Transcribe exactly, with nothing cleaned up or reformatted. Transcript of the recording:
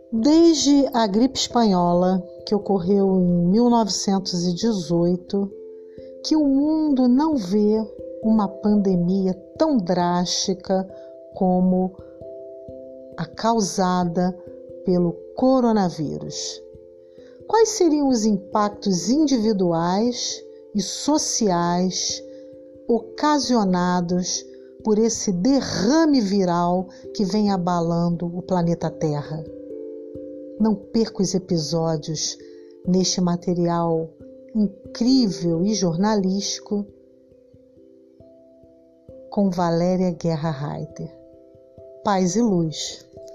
Desde a gripe espanhola, que ocorreu em mil novecentos e dezoito, que o mundo não vê uma pandemia tão drástica como a causada pelo coronavírus. Quais seriam os impactos individuais e sociais ocasionados por esse derrame viral que vem abalando o planeta Terra? Não perca os episódios neste material incrível e jornalístico com Valéria Guerra Reiter. Paz e luz.